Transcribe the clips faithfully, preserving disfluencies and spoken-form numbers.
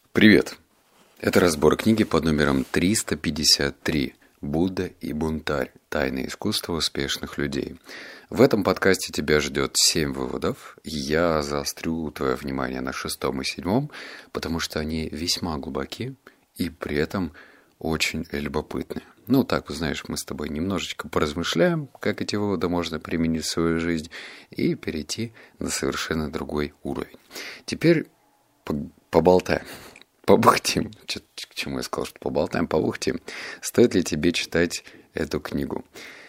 Привет! Это разбор книги под номером триста пятьдесят три «Будда и бунтарь. Тайное искусство успешных людей». В этом подкасте тебя ждет семь выводов. Я заострю твое внимание на шестом и седьмом, потому что они весьма глубоки и при этом очень любопытны. Ну, так, знаешь, мы с тобой немножечко поразмышляем, как эти выводы можно применить в свою жизнь и перейти на совершенно другой уровень. Теперь поболтаем. Побухтим. К чему я сказал, что поболтаем, побухтим. Стоит ли тебе читать эту книгу?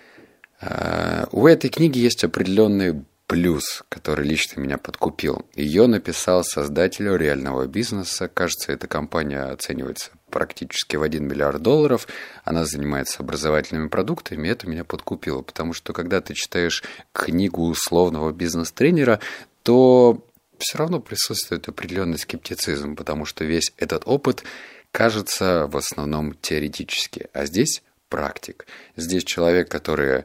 У этой книги есть определенный плюс, который лично меня подкупил. Ее написал создатель реального бизнеса. Кажется, эта компания оценивается практически в один миллиард долларов. Она занимается образовательными продуктами, и это меня подкупило. Потому что, когда ты читаешь книгу условного бизнес-тренера, то все равно присутствует определенный скептицизм, потому что весь этот опыт кажется в основном теоретически, а здесь практик. Здесь человек, который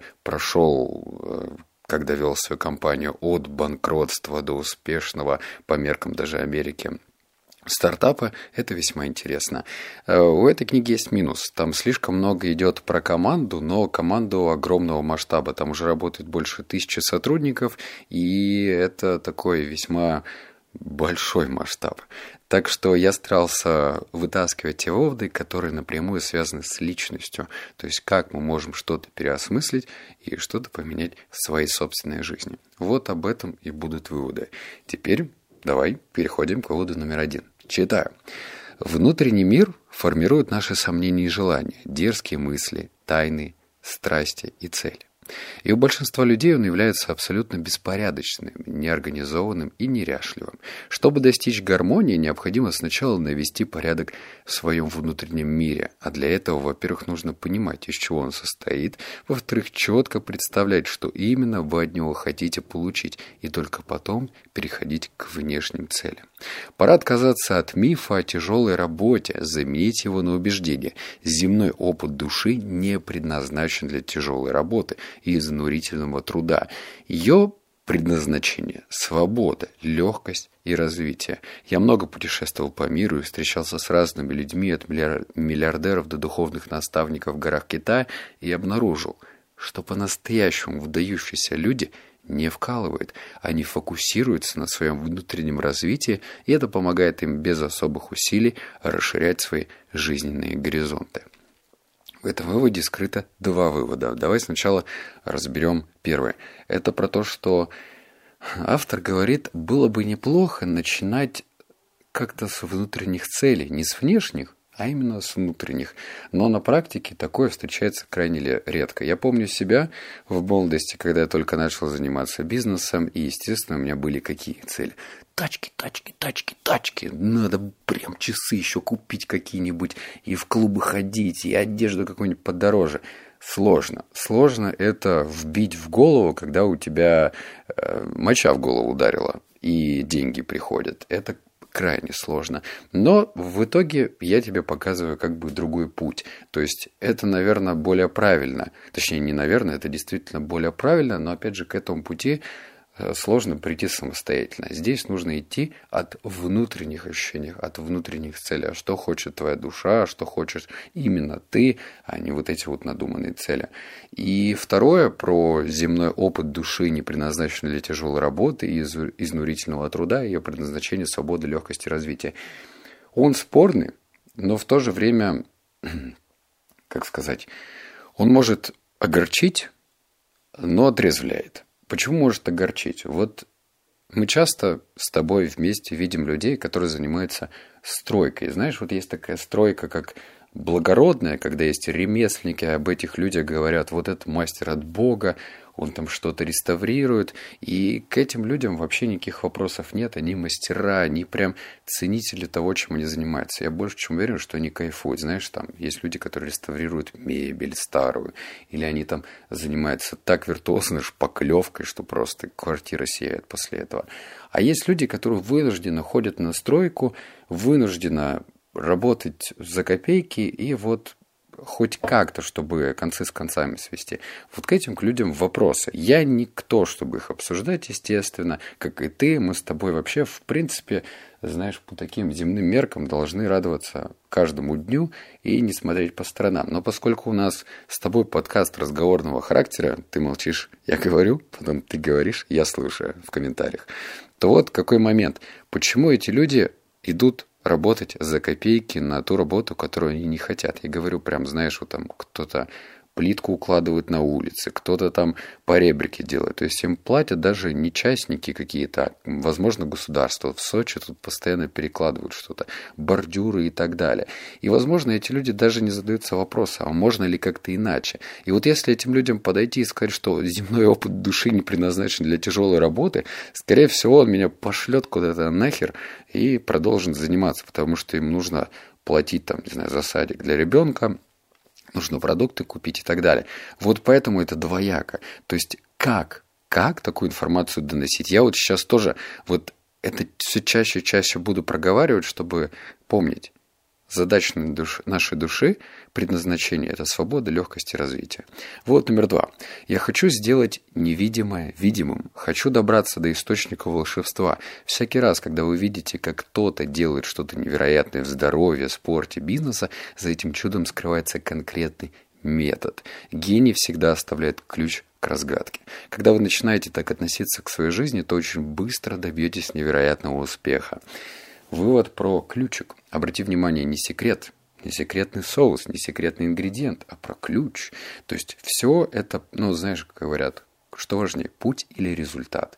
прошел, когда вел свою компанию от банкротства до успешного по меркам даже Америки стартапа, это весьма интересно. У этой книги есть минус. Там слишком много идет про команду, но команду огромного масштаба. Там уже работает больше тысячи сотрудников, и это такой весьма большой масштаб. Так что я старался вытаскивать те выводы, которые напрямую связаны с личностью. То есть, как мы можем что-то переосмыслить и что-то поменять в своей собственной жизни. Вот об этом и будут выводы. Теперь давай переходим к выводу номер один. Читаю. Внутренний мир формирует наши сомнения и желания, дерзкие мысли, тайны, страсти и цели. И у большинства людей он является абсолютно беспорядочным, неорганизованным и неряшливым. Чтобы достичь гармонии, необходимо сначала навести порядок в своем внутреннем мире. А для этого, во-первых, нужно понимать, из чего он состоит. Во-вторых, четко представлять, что именно вы от него хотите получить. И только потом переходить к внешним целям. Пора отказаться от мифа о тяжелой работе, заменить его на убеждение. Земной опыт души не предназначен для тяжелой работы и изнурительного труда. Ее предназначение – свобода, легкость и развитие. Я много путешествовал по миру и встречался с разными людьми, от миллиардеров до духовных наставников в горах Китая, и обнаружил, что по-настоящему выдающиеся люди не вкалывают, они фокусируются на своем внутреннем развитии, и это помогает им без особых усилий расширять свои жизненные горизонты. В этом выводе скрыто два вывода. Давай сначала разберем первый. Это про то, что автор говорит, было бы неплохо начинать как-то с внутренних целей, не с внешних, а именно с внутренних. Но на практике такое встречается крайне редко. Я помню себя в молодости, когда я только начал заниматься бизнесом, и, естественно, у меня были какие цели? Тачки, тачки, тачки, тачки. Надо прям часы еще купить какие-нибудь, и в клубы ходить, и одежду какую-нибудь подороже. Сложно. Сложно это вбить в голову, когда у тебя э, моча в голову ударила, и деньги приходят. Это крайне сложно. Но в итоге я тебе показываю как бы другой путь. То есть это, наверное, более правильно. Точнее, не наверное, это действительно более правильно, но опять же к этому пути сложно прийти самостоятельно. Здесь нужно идти от внутренних ощущений, от внутренних целей. А что хочет твоя душа, что хочешь именно ты, а не вот эти вот надуманные цели. И второе, про земной опыт души, не предназначенный для тяжелой работы и изнурительного труда, ее предназначение, свободы, легкости, развития. Он спорный, но в то же время, как сказать, он может огорчить, но отрезвляет. Почему может огорчить? Вот мы часто с тобой вместе видим людей, которые занимаются стройкой. Знаешь, вот есть такая стройка, как благородная, когда есть ремесленники, об этих людях говорят, вот это мастер от Бога, он там что-то реставрирует, и к этим людям вообще никаких вопросов нет, они мастера, они прям ценители того, чем они занимаются. Я больше чем уверен, что они кайфуют. Знаешь, там есть люди, которые реставрируют мебель старую, или они там занимаются так виртуозно шпаклевкой, что просто квартира сияет после этого. А есть люди, которые вынужденно ходят на стройку, вынужденно работать за копейки, и вот хоть как-то, чтобы концы с концами свести. Вот к этим к людям вопросы. Я никто, чтобы их обсуждать, естественно, как и ты. Мы с тобой вообще, в принципе, знаешь, по таким земным меркам должны радоваться каждому дню и не смотреть по сторонам. Но поскольку у нас с тобой подкаст разговорного характера, ты молчишь, я говорю, потом ты говоришь, я слушаю в комментариях, то вот какой момент. Почему эти люди идут работать за копейки на ту работу, которую они не хотят? Я говорю прям, знаешь, вот там кто-то плитку укладывает на улице, кто-то там поребрики делает. То есть им платят даже не частники какие-то, а, возможно, государство. В Сочи тут постоянно перекладывают что-то, бордюры и так далее. И, возможно, эти люди даже не задаются вопросом, а можно ли как-то иначе. И вот если этим людям подойти и сказать, что земной опыт души не предназначен для тяжелой работы, скорее всего, он меня пошлет куда-то нахер и продолжит заниматься, потому что им нужно платить там, не знаю, за садик для ребенка, нужно продукты купить и так далее. Вот поэтому это двояко. То есть как? Как такую информацию доносить? Я вот сейчас тоже вот это все чаще и чаще буду проговаривать, чтобы помнить. Задача нашей души, предназначение – это свобода, легкость и развитие. Вот номер два. Я хочу сделать невидимое видимым. Хочу добраться до источника волшебства. Всякий раз, когда вы видите, как кто-то делает что-то невероятное в здоровье, спорте, бизнесе, за этим чудом скрывается конкретный метод. Гений всегда оставляет ключ к разгадке. Когда вы начинаете так относиться к своей жизни, то очень быстро добьетесь невероятного успеха. Вывод про ключик. Обрати внимание, не секрет, не секретный соус, не секретный ингредиент, а про ключ. То есть все это, ну, знаешь, как говорят, что важнее, путь или результат?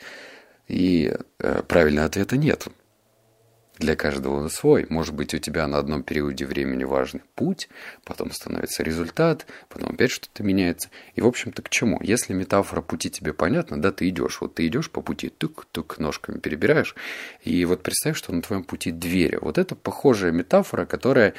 И э, правильного ответа нет. Для каждого он свой. Может быть, у тебя на одном периоде времени важный путь, потом становится результат, потом опять что-то меняется. И, в общем-то, к чему? Если метафора пути тебе понятна, да, ты идешь. Вот ты идешь по пути, тук-тук, ножками перебираешь. И вот представь, что на твоем пути двери. Вот это похожая метафора, которая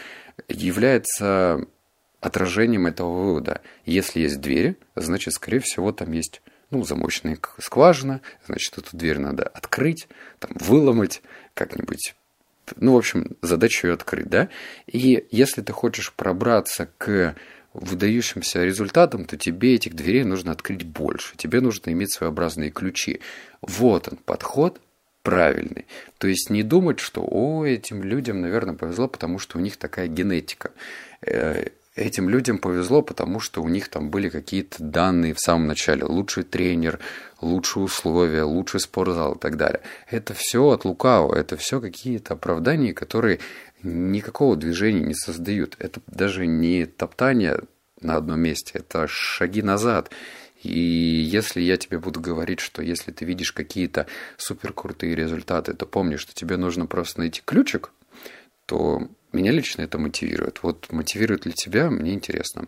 является отражением этого вывода. Если есть двери, значит, скорее всего, там есть... Ну, замочная скважина, значит, эту дверь надо открыть, там, выломать, как-нибудь. Ну, в общем, задача ее открыть, да? И если ты хочешь пробраться к выдающимся результатам, то тебе этих дверей нужно открыть больше. Тебе нужно иметь своеобразные ключи. Вот он, подход правильный. То есть не думать, что, о, этим людям, наверное, повезло, потому что у них такая генетика. Этим людям повезло, потому что у них там были какие-то данные в самом начале. Лучший тренер, лучшие условия, лучший спортзал и так далее. Это все от лукавого. Это все какие-то оправдания, которые никакого движения не создают. Это даже не топтание на одном месте. Это шаги назад. И если я тебе буду говорить, что если ты видишь какие-то суперкрутые результаты, то помни, что тебе нужно просто найти ключик, то... Меня лично это мотивирует. Вот мотивирует ли тебя, мне интересно.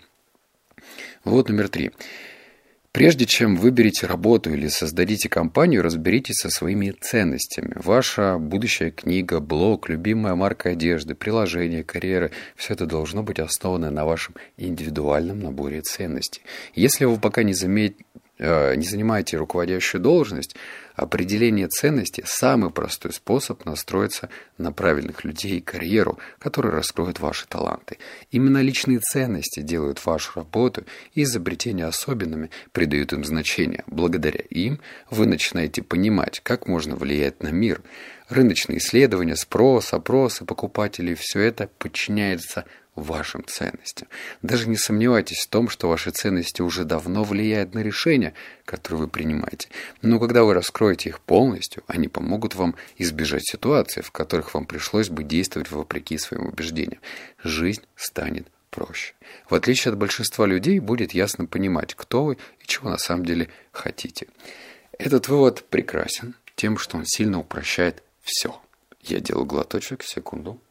Вот номер три. Прежде чем выберете работу или создадите компанию, разберитесь со своими ценностями. Ваша будущая книга, блог, любимая марка одежды, приложение, карьера – все это должно быть основано на вашем индивидуальном наборе ценностей. Если вы пока не заметите, не занимаете руководящую должность, определение ценностей – самый простой способ настроиться на правильных людей и карьеру, которые раскроют ваши таланты. Именно личные ценности делают вашу работу и изобретения особенными, придают им значение. Благодаря им вы начинаете понимать, как можно влиять на мир. Рыночные исследования, спрос, опросы покупателей – все это подчиняется вашим ценностям. Даже не сомневайтесь в том, что ваши ценности уже давно влияют на решения, которые вы принимаете. Но когда вы раскроете их полностью, они помогут вам избежать ситуаций, в которых вам пришлось бы действовать вопреки своим убеждениям. Жизнь станет проще. В отличие от большинства людей, будет ясно понимать, кто вы и чего на самом деле хотите. Этот вывод прекрасен тем, что он сильно упрощает все. Я делаю глоточек, секунду.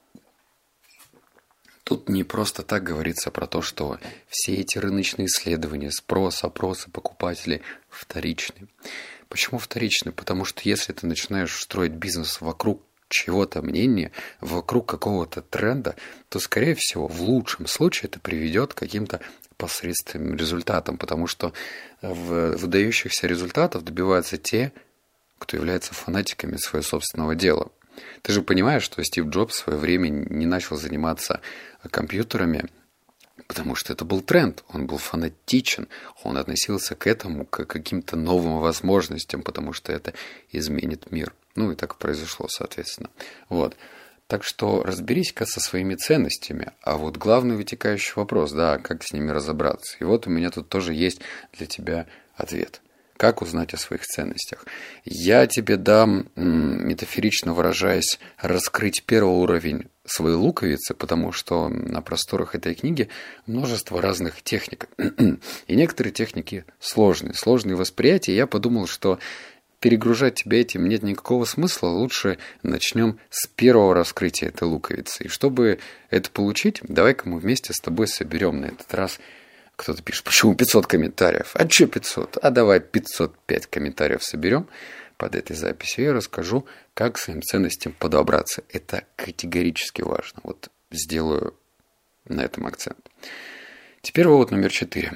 Тут не просто так говорится про то, что все эти рыночные исследования, спрос, опросы покупателей вторичны. Почему вторичны? Потому что если ты начинаешь строить бизнес вокруг чего-то мнения, вокруг какого-то тренда, то, скорее всего, в лучшем случае это приведет к каким-то посредственным результатам, потому что в выдающихся результатов добиваются те, кто является фанатиками своего собственного дела. Ты же понимаешь, что Стив Джобс в свое время не начал заниматься компьютерами Потому что это был тренд, он был фанатичен, он относился к этому, к каким-то новым возможностям, потому что это изменит мир. Ну и так произошло, соответственно. Вот. Так что разберись-ка со своими ценностями. А вот главный вытекающий вопрос, да, как с ними разобраться. И вот у меня тут тоже есть для тебя ответ. Как узнать о своих ценностях? Я тебе дам, метафорично выражаясь, раскрыть первый уровень своей луковицы, потому что на просторах этой книги множество разных техник. И некоторые техники сложные. Сложные восприятия. Я подумал, что перегружать тебя этим нет никакого смысла. Лучше начнем с первого раскрытия этой луковицы. И чтобы это получить, давай-ка мы вместе с тобой соберем на этот раз. Кто-то пишет, почему пятьсот комментариев? А что пятьсот? А давай пятьсот пять комментариев соберем под этой записью. Я расскажу, как к своим ценностям подобраться. Это категорически важно. Вот сделаю на этом акцент. Теперь вывод номер четыре.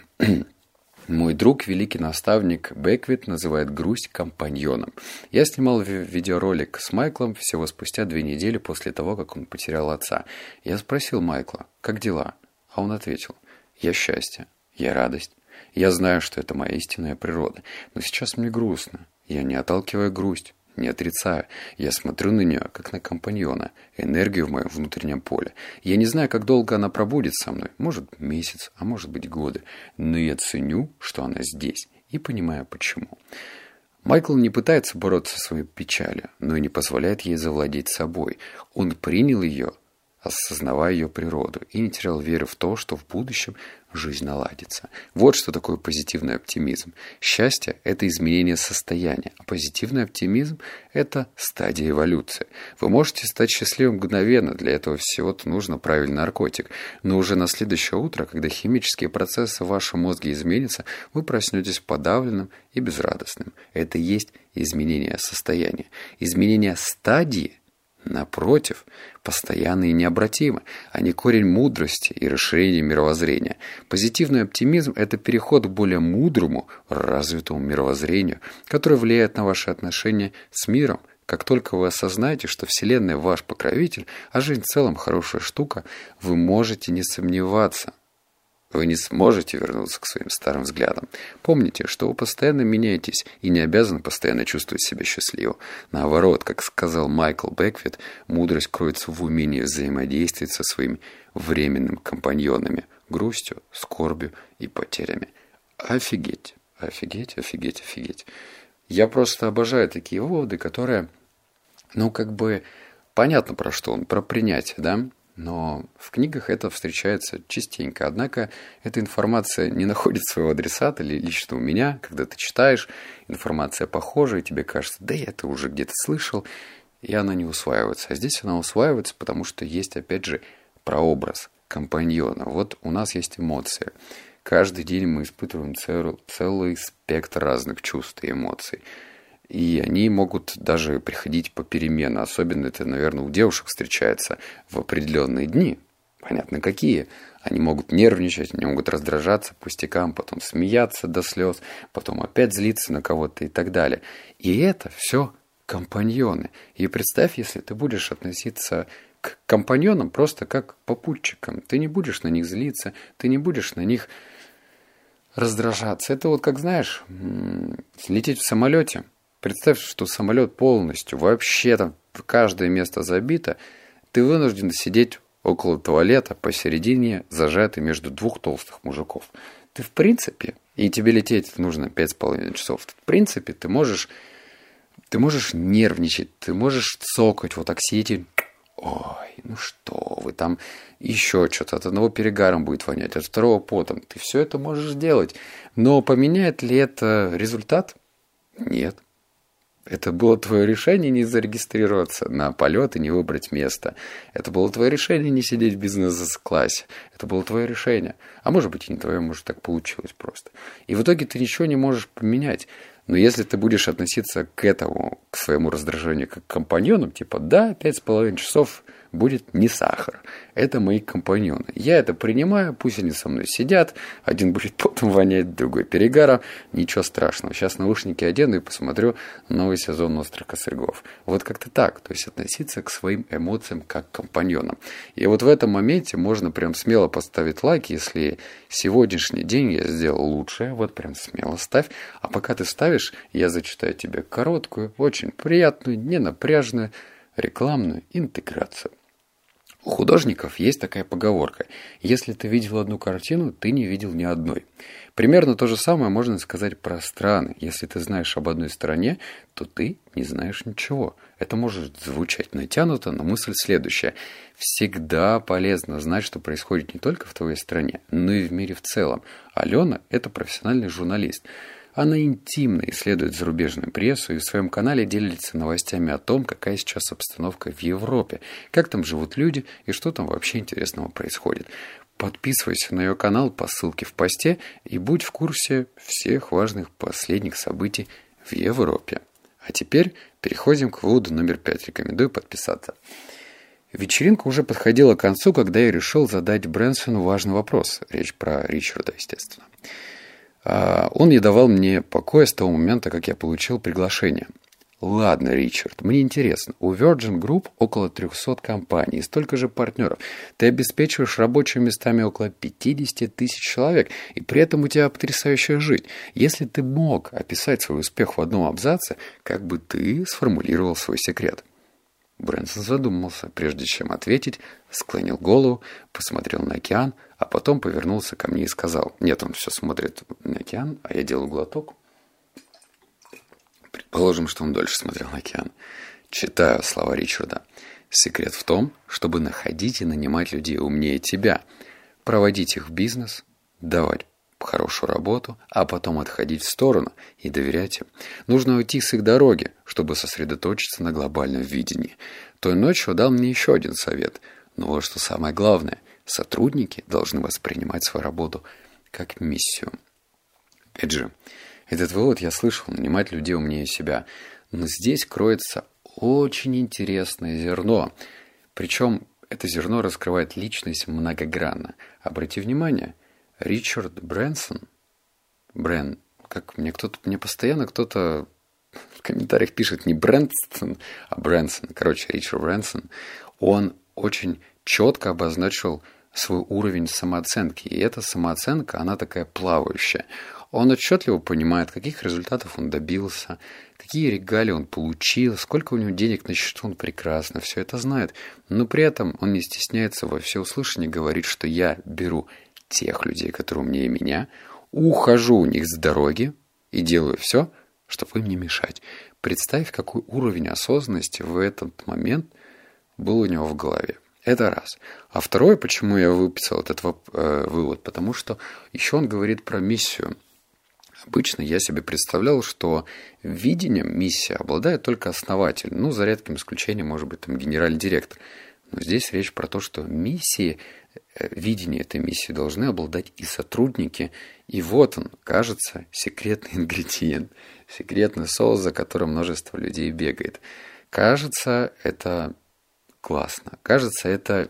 Мой друг, великий наставник Беквит, называет грусть компаньоном. Я снимал видеоролик с Майклом всего спустя две недели после того, как он потерял отца. Я спросил Майкла, как дела? А он ответил, я счастье, я радость. Я знаю, что это моя истинная природа. Но сейчас мне грустно. Я не отталкиваю грусть, не отрицаю. Я смотрю на нее, как на компаньона, энергию в моем внутреннем поле. Я не знаю, как долго она пробудет со мной. Может, месяц, а может быть, годы. Но я ценю, что она здесь, и понимаю, почему. Майкл не пытается бороться со своей печалью, но и не позволяет ей завладеть собой. Он принял ее, осознавая ее природу, и не терял веры в то, что в будущем жизнь наладится. Вот что такое позитивный оптимизм. Счастье – это изменение состояния, а позитивный оптимизм – это стадия эволюции. Вы можете стать счастливым мгновенно, для этого всего-то нужно правильный наркотик, но уже на следующее утро, когда химические процессы в вашем мозге изменятся, вы проснетесь подавленным и безрадостным. Это и есть изменение состояния. Изменение стадии – напротив, постоянны и необратимы. Они корень мудрости и расширение мировоззрения. Позитивный оптимизм – это переход к более мудрому, развитому мировоззрению, которое влияет на ваши отношения с миром. Как только вы осознаете, что Вселенная ваш покровитель, а жизнь в целом хорошая штука, вы можете не сомневаться. Вы не сможете вернуться к своим старым взглядам. Помните, что вы постоянно меняетесь и не обязаны постоянно чувствовать себя счастливым. Наоборот, как сказал Майкл Беквит, мудрость кроется в умении взаимодействовать со своими временными компаньонами, грустью, скорбью и потерями. Офигеть, офигеть, офигеть, офигеть. Я просто обожаю такие выводы, которые, ну, как бы, понятно про что он, про принятие, да? Но в книгах это встречается частенько. Однако эта информация не находит своего адресата, или лично у меня, когда ты читаешь, информация похожая, и тебе кажется, да я это уже где-то слышал, и она не усваивается. А здесь она усваивается, потому что есть, опять же, прообраз компаньона. Вот у нас есть эмоции. Каждый день мы испытываем цел, целый спектр разных чувств и эмоций. И они могут даже приходить попеременно. Особенно это, наверное, у девушек встречается в определенные дни. Понятно, какие. Они могут нервничать, они могут раздражаться пустякам, потом смеяться до слез, потом опять злиться на кого-то и так далее. И это все компаньоны. И представь, если ты будешь относиться к компаньонам просто как к попутчикам. Ты не будешь на них злиться, ты не будешь на них раздражаться. Это вот как, знаешь, лететь в самолете. Представь, что самолет полностью, вообще там каждое место забито, ты вынужден сидеть около туалета посередине, зажатый между двух толстых мужиков. Ты в принципе, и тебе лететь нужно пять с половиной часов, в принципе ты можешь, ты можешь нервничать, ты можешь цокать, вот так сидеть и... Ой, ну что вы там, еще что-то, от одного перегаром будет вонять, от второго потом. Ты все это можешь делать, но поменяет ли это результат? Нет. Это было твое решение не зарегистрироваться на полет и не выбрать место. Это было твое решение не сидеть в бизнес-классе. Это было твое решение. А может быть и не твое, может так получилось просто. И в итоге ты ничего не можешь поменять. Но если ты будешь относиться к этому, к своему раздражению, как к компаньонам, типа, да, пять с половиной часов будет не сахар. Это мои компаньоны. Я это принимаю, пусть они со мной сидят. Один будет потом вонять, другой перегаром. Ничего страшного. Сейчас наушники одену и посмотрю новый сезон «Острых козырьков». Вот как-то так. То есть относиться к своим эмоциям как к компаньонам. И вот в этом моменте можно прям смело поставить лайк, если сегодняшний день я сделал лучше. Вот прям смело ставь. А пока ты ставишь, я зачитаю тебе короткую, очень приятную, ненапряжную рекламную интеграцию. У художников есть такая поговорка: если ты видел одну картину, ты не видел ни одной. Примерно то же самое можно сказать про страны. Если ты знаешь об одной стране, то ты не знаешь ничего. Это может звучать натянуто, но мысль следующая. Всегда полезно знать, что происходит не только в твоей стране, но и в мире в целом. Алена – это профессиональный журналист. Она интимно исследует зарубежную прессу и в своем канале делится новостями о том, какая сейчас обстановка в Европе, как там живут люди и что там вообще интересного происходит. Подписывайся на ее канал по ссылке в посте и будь в курсе всех важных последних событий в Европе. А теперь переходим к выводу номер пять. Рекомендую подписаться. Вечеринка уже подходила к концу, когда я решил задать Брэнсону важный вопрос. Речь про Ричарда, естественно. Он не давал мне покоя с того момента, как я получил приглашение. Ладно, Ричард, мне интересно. У Virgin Group около трехсот компаний и столько же партнеров. Ты обеспечиваешь рабочими местами около пятьдесят тысяч человек, и при этом у тебя потрясающая жизнь. Если ты мог описать свой успех в одном абзаце, как бы ты сформулировал свой секрет? Брэнсон задумался, прежде чем ответить, склонил голову, посмотрел на океан, а потом повернулся ко мне и сказал: нет, он все смотрит на океан, а я делаю глоток. Предположим, что он дольше смотрел на океан. Читаю слова Ричарда. Секрет в том, чтобы находить и нанимать людей умнее тебя, проводить их в бизнес, давать хорошую работу, а потом отходить в сторону и доверять им. Нужно уйти с их дороги, чтобы сосредоточиться на глобальном видении. Той ночью дал мне еще один совет. Но вот что самое главное, сотрудники должны воспринимать свою работу как миссию. Опять же, этот вывод я слышал: нанимать людей умнее себя. Но здесь кроется очень интересное зерно. Причем это зерно раскрывает личность многогранно. Обрати внимание, Ричард Брэнсон, Брэн, как мне кто-то, мне постоянно кто-то в комментариях пишет не Брэнсон, а Брэнсон. Короче, Ричард Брэнсон, он очень четко обозначил свой уровень самооценки. И эта самооценка, она такая плавающая. Он отчетливо понимает, каких результатов он добился, какие регалии он получил, сколько у него денег на счету, он прекрасно все это знает. Но при этом он не стесняется во всеуслышание говорить, что я беру тех людей, которые умнее меня, ухожу у них с дороги и делаю все, чтобы им не мешать. Представь, какой уровень осознанности в этот момент был у него в голове. Это раз. А второе, почему я выписал этот э, вывод, потому что еще он говорит про миссию. Обычно я себе представлял, что видением миссии обладает только основатель, ну, за редким исключением, может быть, там генеральный директор. Но здесь речь про то, что миссии, видение этой миссии должны обладать и сотрудники. И вот он, кажется, секретный ингредиент, секретный соус, за которым множество людей бегает. Кажется, это классно. Кажется, это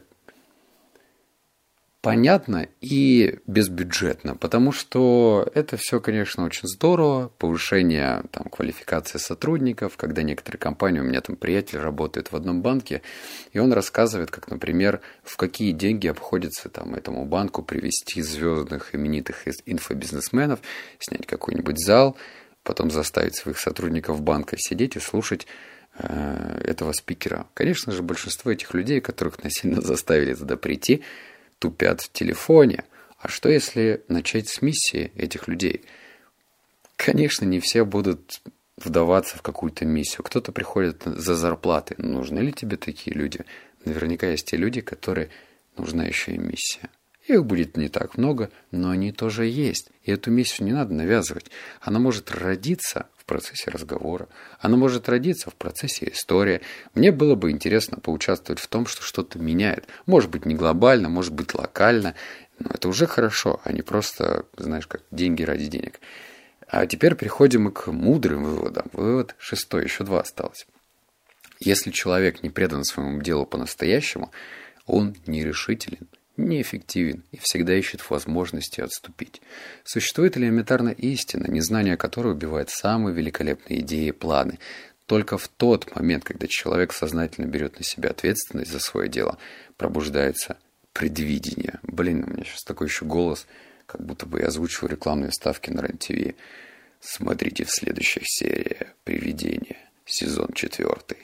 понятно и безбюджетно, потому что это все, конечно, очень здорово. Повышение там, квалификации сотрудников, когда некоторые компании, у меня там приятель работает в одном банке, и он рассказывает, как, например, в какие деньги обходится там, этому банку привести звездных, именитых инфобизнесменов, снять какой-нибудь зал, потом заставить своих сотрудников банка сидеть и слушать э, этого спикера. Конечно же, большинство этих людей, которых насильно заставили туда прийти, тупят в телефоне. А что если начать с миссии этих людей? Конечно, не все будут вдаваться в какую-то миссию. Кто-то приходит за зарплатой. Нужны ли тебе такие люди? Наверняка есть те люди, которые нужна еще и миссия. Их будет не так много, но они тоже есть. И эту миссию не надо навязывать. Она может родиться в процессе разговора. Она может родиться в процессе истории. Мне было бы интересно поучаствовать в том, что что-то меняет. Может быть, не глобально, может быть, локально. Но это уже хорошо, а не просто, знаешь, как деньги ради денег. А теперь переходим к мудрым выводам. Вывод шестой, еще два осталось. Если человек не предан своему делу по-настоящему, он нерешителен, неэффективен и всегда ищет возможности отступить. Существует элементарная истина, незнание которой убивает самые великолепные идеи и планы. Только в тот момент, когда человек сознательно берет на себя ответственность за свое дело, пробуждается предвидение. Блин, у меня сейчас такой еще голос, как будто бы я озвучиваю рекламные вставки на РЕН-ТВ. Смотрите в следующих сериях «Привидение», сезон четвертый.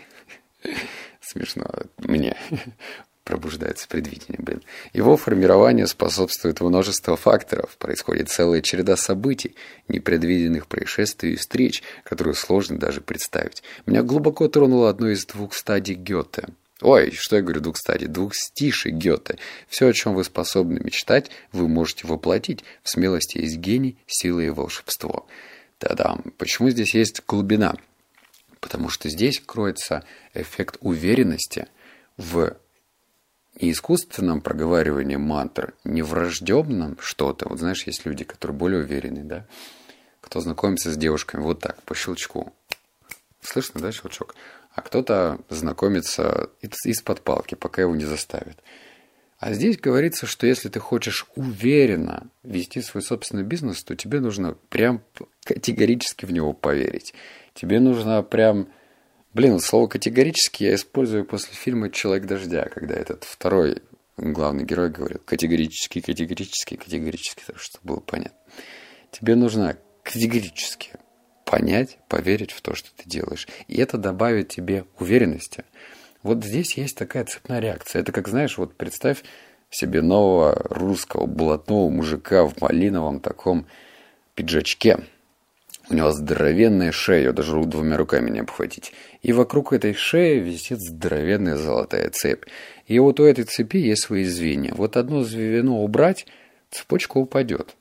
Смешно мне. Пробуждается предвидение, блин. Его формированию способствует множество факторов. Происходит целая череда событий, непредвиденных происшествий и встреч, которые сложно даже представить. Меня глубоко тронуло одно из двух стадий Гёте. Ой, что я говорю, двух стадий? Двух стишей Гёте. Все, о чем вы способны мечтать, вы можете воплотить. В смелости есть гений, сила и волшебство. Та-дам. Почему здесь есть глубина? Потому что здесь кроется эффект уверенности в не искусственном проговаривании мантр, не враждебном что-то. Вот знаешь, есть люди, которые более уверенные, да? Кто знакомится с девушками вот так, по щелчку. Слышно, да, щелчок? А кто-то знакомится из-под палки, пока его не заставят. А здесь говорится, что если ты хочешь уверенно вести свой собственный бизнес, то тебе нужно прям категорически в него поверить. Тебе нужно прям... Блин, слово «категорически» я использую после фильма «Человек дождя», когда этот второй главный герой говорит «категорически, категорически, категорически», чтобы было понятно. Тебе нужно категорически понять, поверить в то, что ты делаешь. И это добавит тебе уверенности. Вот здесь есть такая цепная реакция. Это как, знаешь, вот представь себе нового русского блатного мужика в малиновом таком пиджачке. У него здоровенная шея, ее даже двумя руками не обхватить. И вокруг этой шеи висит здоровенная золотая цепь. И вот у этой цепи есть свои звенья. Вот одно звено убрать, цепочка упадет.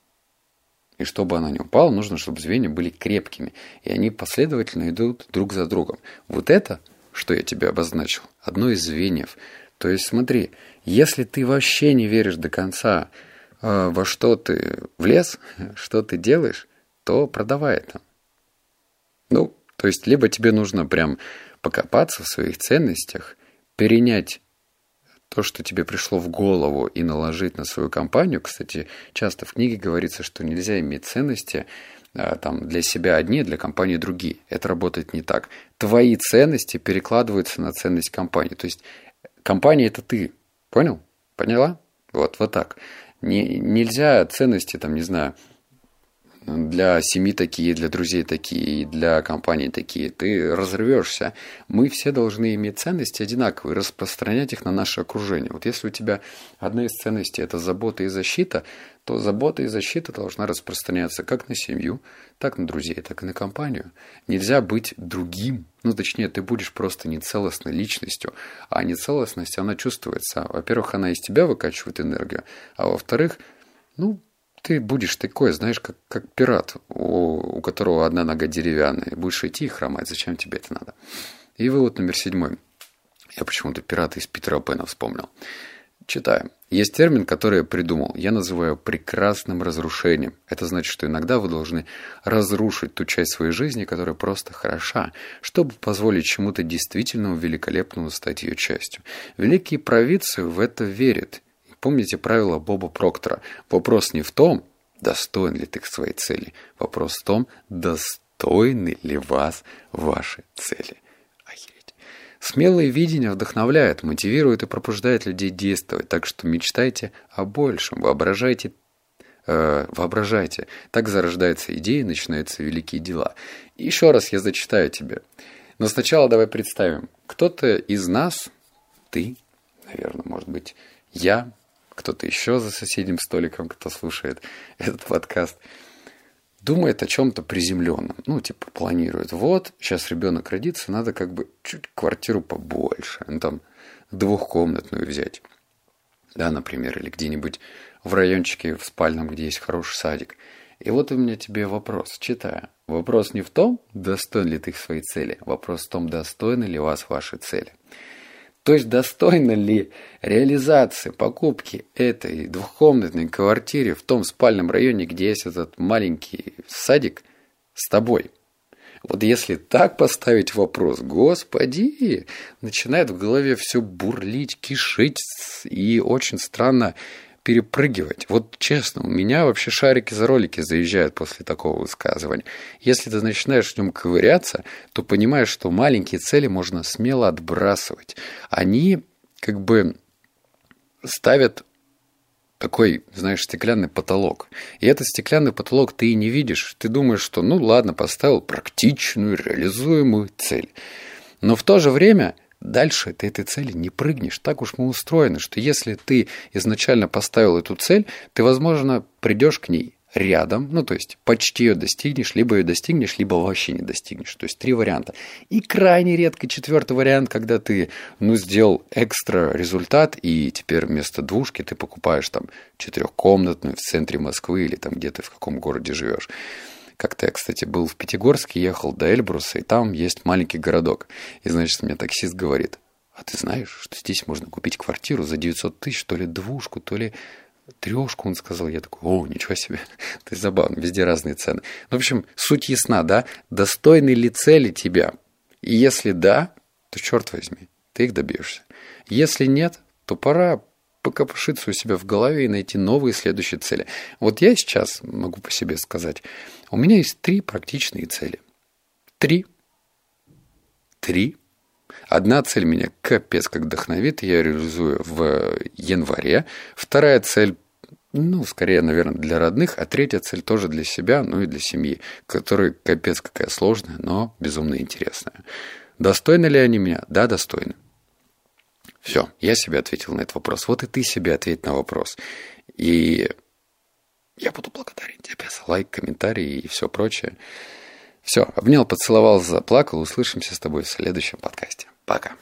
И чтобы она не упала, нужно, чтобы звенья были крепкими. И они последовательно идут друг за другом. Вот это, что я тебе обозначил, одно из звеньев. То есть смотри, если ты вообще не веришь до конца, э, во что ты влез, что ты делаешь, то продавай это. Ну, то есть, либо тебе нужно прям покопаться в своих ценностях, перенять то, что тебе пришло в голову, и наложить на свою компанию. Кстати, часто в книге говорится, что нельзя иметь ценности а, там, для себя одни, для компании другие. Это работает не так. Твои ценности перекладываются на ценность компании. То есть, компания – это ты. Понял? Поняла? Вот, вот так. Не, нельзя ценности, там, не знаю, для семьи такие, для друзей такие, для компаний такие. Ты разрвешься. Мы все должны иметь ценности одинаковые, распространять их на наше окружение. Вот если у тебя одна из ценностей – это забота и защита, то забота и защита должна распространяться как на семью, так на друзей, так и на компанию. Нельзя быть другим. Ну, точнее, ты будешь просто нецелостной личностью. А нецелостность, она чувствуется. Во-первых, она из тебя выкачивает энергию. А во-вторых, ну, ты будешь такой, знаешь, как, как пират, у, у которого одна нога деревянная. Будешь идти и хромать. Зачем тебе это надо? И вывод номер седьмой. Я почему-то пирата из Питера Пэна вспомнил. Читаю. Есть термин, который я придумал. Я называю прекрасным разрушением. Это значит, что иногда вы должны разрушить ту часть своей жизни, которая просто хороша, чтобы позволить чему-то действительно великолепному стать ее частью. Великие провидцы в это верят. Помните правило Боба Проктора? Вопрос не в том, достоин ли ты к своей цели. Вопрос в том, достойны ли вас ваши цели. Охереть. Смелые видения вдохновляют, мотивируют и пробуждают людей действовать. Так что мечтайте о большем, воображайте, э, воображайте. Так зарождаются идеи, начинаются великие дела. И еще раз я зачитаю тебе. Но сначала давай представим. Кто-то из нас, ты, наверное, может быть, я, кто-то еще за соседним столиком, кто слушает этот подкаст, думает о чем-то приземленном. Ну, типа, планирует. Вот, сейчас ребенок родится, надо как бы чуть квартиру побольше. Ну, там, двухкомнатную взять. Да, например, или где-нибудь в райончике, в спальном, где есть хороший садик. И вот у меня тебе вопрос, читаю. Вопрос не в том, достоин ли ты своей цели. Вопрос в том, достойны ли вас ваши цели. То есть, достойна ли реализации, покупки этой двухкомнатной квартиры в том спальном районе, где есть этот маленький садик, с тобой? Вот если так поставить вопрос, господи, начинает в голове все бурлить, кишить и очень странно перепрыгивать. Вот честно, у меня вообще шарики за ролики заезжают после такого высказывания. Если ты начинаешь в нем ковыряться, то понимаешь, что маленькие цели можно смело отбрасывать. Они как бы ставят такой, знаешь, стеклянный потолок. И этот стеклянный потолок ты и не видишь. Ты думаешь, что ну ладно, поставил практичную, реализуемую цель. Но в то же время дальше ты этой цели не прыгнешь. Так уж мы устроены, что если ты изначально поставил эту цель, ты, возможно, придешь к ней рядом, ну, то есть почти ее достигнешь, либо ее достигнешь, либо вообще не достигнешь. То есть три варианта. И крайне редко четвертый вариант, когда ты, ну, сделал экстра результат, и теперь вместо двушки ты покупаешь там четырехкомнатную в центре Москвы или там где-то в каком городе живешь. Как-то я, кстати, был в Пятигорске, ехал до Эльбруса, и там есть маленький городок. И, значит, мне таксист говорит: а ты знаешь, что здесь можно купить квартиру за девятьсот тысяч, то ли двушку, то ли трешку, он сказал. Я такой: о, ничего себе, то есть забавно, везде разные цены. Ну, в общем, суть ясна, да? Достойны ли цели тебя? И если да, то, черт возьми, ты их добьешься. Если нет, то пора покопошиться у себя в голове и найти новые следующие цели. Вот я сейчас могу по себе сказать, у меня есть три практичные цели. Три. Три. Одна цель меня капец как вдохновит, я реализую в январе. Вторая цель, ну, скорее, наверное, для родных, а третья цель тоже для себя, ну и для семьи, которая капец какая сложная, но безумно интересная. Достойны ли они меня? Да, достойны. Все, я себе ответил на этот вопрос. Вот и ты себе ответь на вопрос. И я буду благодарен тебе за лайк, комментарий и все прочее. Все, обнял, поцеловал, заплакал. Услышимся с тобой в следующем подкасте. Пока.